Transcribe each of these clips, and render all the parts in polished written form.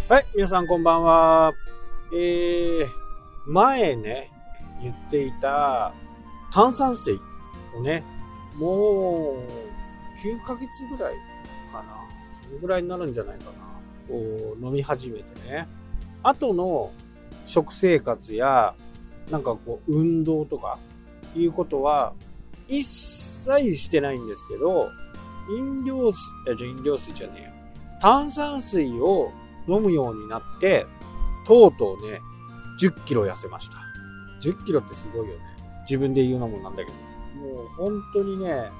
はい、皆さんこんばんは。前ね、言っていた炭酸水をね、もう9ヶ月ぐらいかな。そのぐらいになるんじゃないかな。こう飲み始めてね。後の食生活や、なんかこう運動とかいうことは一切してないんですけど、飲料水じゃねえよ。炭酸水を飲むようになって、とうとうね、10キロ痩せました。10キロってすごいよね。自分で言うのもなんだけど。もう本当にね、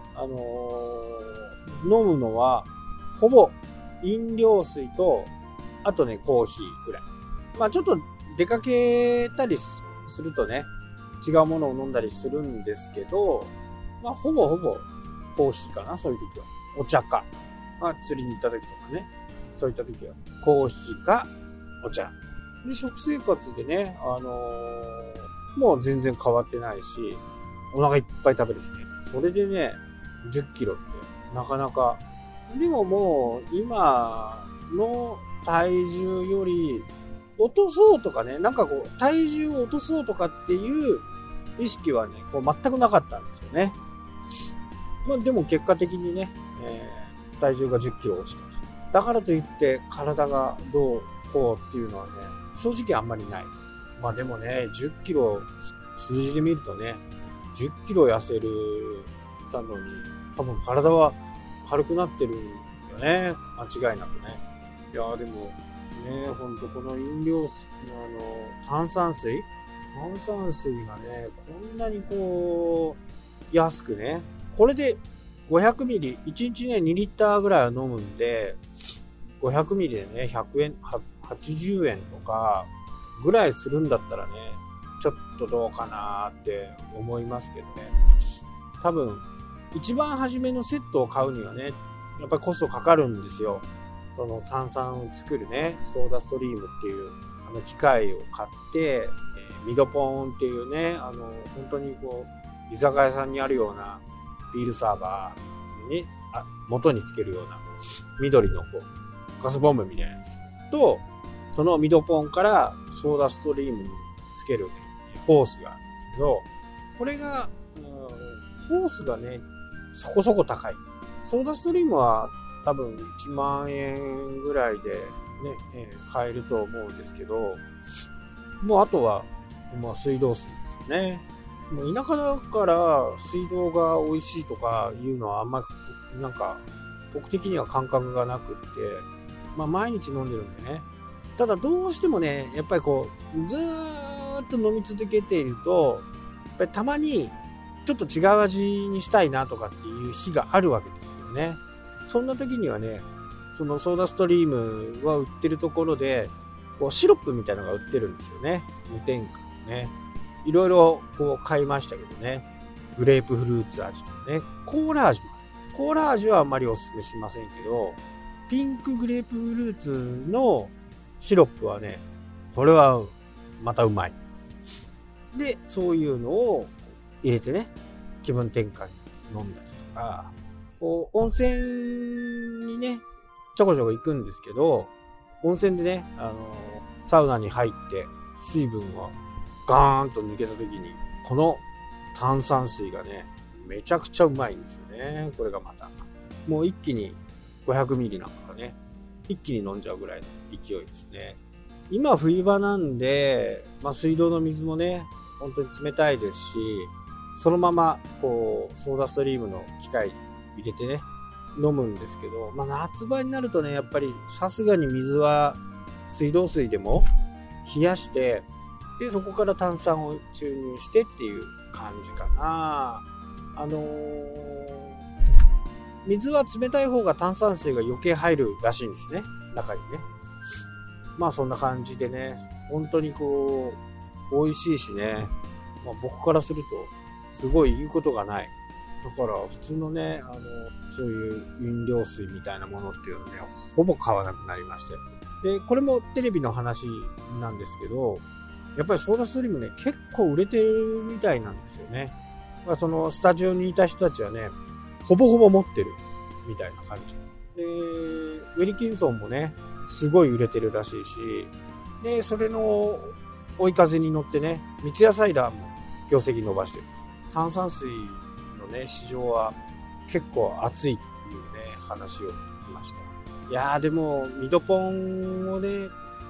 飲むのは、ほぼ飲料水と、あとね、コーヒーぐらい。まあちょっと出かけたりするとね、違うものを飲んだりするんですけど、まあほぼコーヒーかな、そういう時は。お茶か。まあ釣りに行った時とかね。そういった時は、コーヒーかお茶。で、食生活でね、もう全然変わってないし、お腹いっぱい食べるしね。それでね、10キロってなかなか。でももう今の体重より落とそうとかね、なんかこう体重を落とそうとかっていう意識はね、こう全くなかったんですよね。まあでも結果的にね、体重が10キロ落ちた。だからといって体がどうこうっていうのはね、正直あんまりない。まあでもね、10キロ数字で見るとね、10キロ痩せるたのに、多分体は軽くなってるんよね。間違いなくね。いやーでもね、ほんとこの飲料水、炭酸水がね、こんなにこう、安くね、これで500ミリ、1日ね、2リッターぐらいは飲むんで、500ミリでね、100円、80円とかぐらいするんだったらね、ちょっとどうかなーって思いますけどね。多分、一番初めのセットを買うにはね、やっぱりコストかかるんですよ。その炭酸を作るね、ソーダストリームっていう機械を買って、ミドポーンっていうね、本当にこう、居酒屋さんにあるようなビールサーバーに、元につけるような緑のこう、ガスボンベみたいなやつと、そのミドポーンからソーダストリームにつける、ね、ホースがあるんですけど、これが、ホースがね、そこそこ高い。ソーダストリームは多分1万円ぐらいでね、買えると思うんですけど、もうあとは、まあ水道水ですよね。もう田舎だから水道が美味しいとかいうのはあんまなんか僕的には感覚がなくって、まあ毎日飲んでるんでね。ただどうしてもね、やっぱりこうずーっと飲み続けていると、やっぱりたまにちょっと違う味にしたいなとかっていう日があるわけですよね。そんな時にはね、そのソーダストリームは売ってるところで、こうシロップみたいなのが売ってるんですよね。無添加ね。いろいろこう買いましたけどね。グレープフルーツ味とかね。コーラ味も。コーラ味はあんまりお勧めしませんけど、ピンクグレープフルーツのシロップはね、これはまたうまい。で、そういうのを入れてね、気分転換に飲んだりとか、こう温泉にね、ちょこちょこ行くんですけど、温泉でね、サウナに入って水分をガーンと抜けた時に、この炭酸水がね、めちゃくちゃうまいんですよね。これがまた。もう一気に500ミリなんかね、一気に飲んじゃうぐらいの勢いですね。今冬場なんで、まあ水道の水もね、本当に冷たいですし、そのままこうソーダストリームの機械に入れてね、飲むんですけど、まあ夏場になるとね、やっぱりさすがに水は水道水でも冷やして、で、そこから炭酸を注入してっていう感じかな。水は冷たい方が炭酸水が余計入るらしいんですね。中にね。まあそんな感じでね、本当にこう、美味しいしね、まあ、僕からすると、すごい言うことがない。だから普通のね、そういう飲料水みたいなものっていうのね、ほぼ買わなくなりましたよ。で、これもテレビの話なんですけど、やっぱりソーダストリームね、結構売れてるみたいなんですよね。そのスタジオにいた人たちはね、ほぼほぼ持ってるみたいな感じ。で、ウェリキンソンもね、 すごい売れてるらしいし、で、それの追い風に乗ってね、三ツ矢サイダーも業績伸ばしてる。炭酸水のね、市場は結構熱いというね、話を聞きました。いやーでも、ミドポンをね、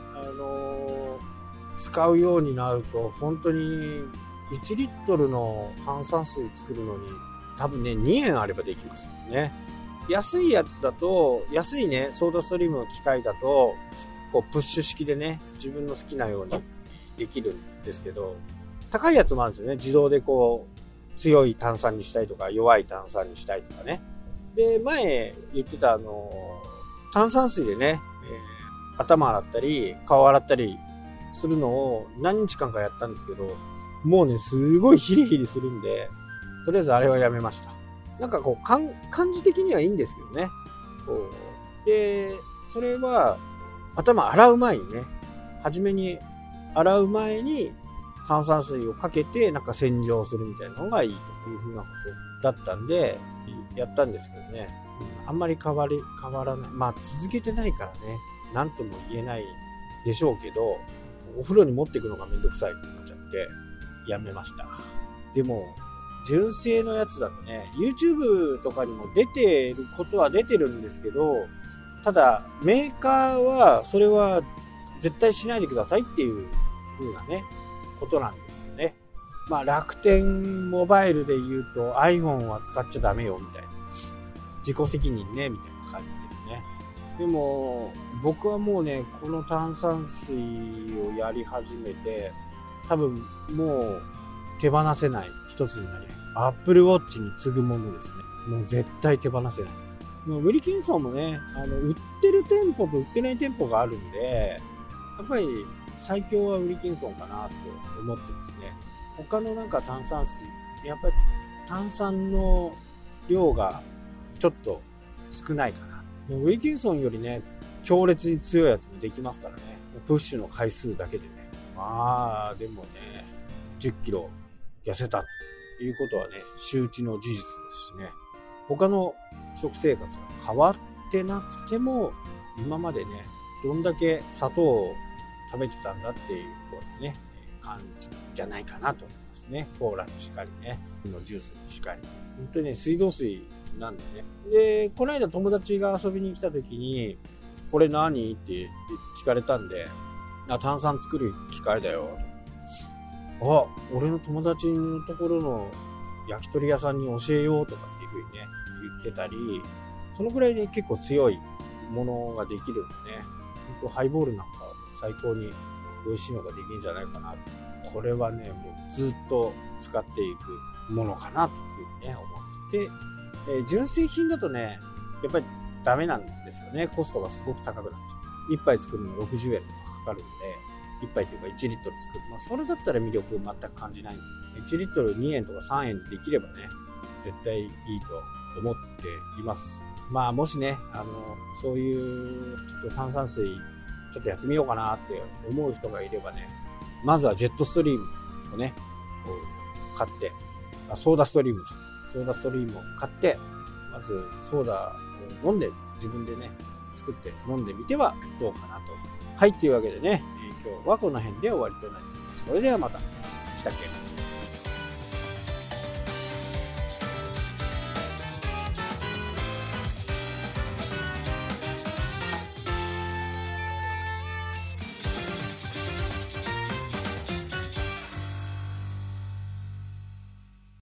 使うようになると、本当に1リットルの炭酸水作るのに、多分ね、2円あればできますよね。安いやつだと、安いね、ソーダストリームの機械だと、こうプッシュ式でね、自分の好きなようにできるんですけど、高いやつもあるんですよね。自動でこう、強い炭酸にしたいとか、弱い炭酸にしたいとかね。で、前言ってた炭酸水でね、頭洗ったり、顔洗ったりするのを何日間かやったんですけど、もうね、すごいヒリヒリするんで、とりあえずあれはやめました。なんかこう、感じ的にはいいんですけどね。こうで、それは、頭洗う前にね、初めに洗う前に炭酸水をかけてなんか洗浄するみたいなのがいいというふうなことだったんで、やったんですけどね。あんまり変わらない。まあ続けてないからね、なんとも言えないでしょうけど、お風呂に持っていくのがめんどくさいってなっちゃって、やめました。でも、純正のやつだとね、YouTube とかにも出てることは出てるんですけど、ただ、メーカーは、それは絶対しないでくださいっていう風なね、ことなんですよね。まあ、楽天モバイルで言うと iPhone は使っちゃダメよ、みたいな。自己責任ね、みたいな感じですね。でも、僕はもうね、この炭酸水をやり始めて、多分もう手放せない一つになり、Apple Watch に次ぐものですね。もう絶対手放せない。ウィルキンソンもね、売ってる店舗と売ってない店舗があるんで、やっぱり最強はウィルキンソンかなと思ってますね。他のなんか炭酸水、やっぱり炭酸の量がちょっと少ないかな。ウィルキンソンよりね、強烈に強いやつもできますからね。プッシュの回数だけでね。まあ、でもね、10キロ痩せたということはね、周知の事実ですしね。他の食生活が変わってなくても、今までね、どんだけ砂糖を食べてたんだっていうことね、感じじゃないかなと思いますね。コーラにしかりね、のジュースにしかり。本当にね、水道水なんでね。で、この間友達が遊びに来た時に、これ何って聞かれたんで、炭酸作る機械だよ。俺の友達のところの焼き鳥屋さんに教えようとかっていう風にね、言ってたり、そのぐらいね、結構強いものができるんでね、本当ハイボールなんか最高に美味しいのができるんじゃないかな。これはね、もうずっと使っていくものかなというふうにね、思って、純正品だとね、やっぱりダメなんですよね。コストがすごく高くなっちゃう。1杯作るの60円とかかかるんで、1杯というか1リットル作る。まあ、それだったら魅力を全く感じないんで、1リットル2円とか3円でできればね、絶対いいと思っています。まあ、もしね、そういう、ちょっと炭酸水、ちょっとやってみようかなって思う人がいればね、まずはジェットストリームをね、こう買って、ソーダストリームを買って、まずソーダを飲んで、自分でね、作って飲んでみてはどうかなと。はい、というわけでね、今日はこの辺で終わりとなります。それではまた。したっけ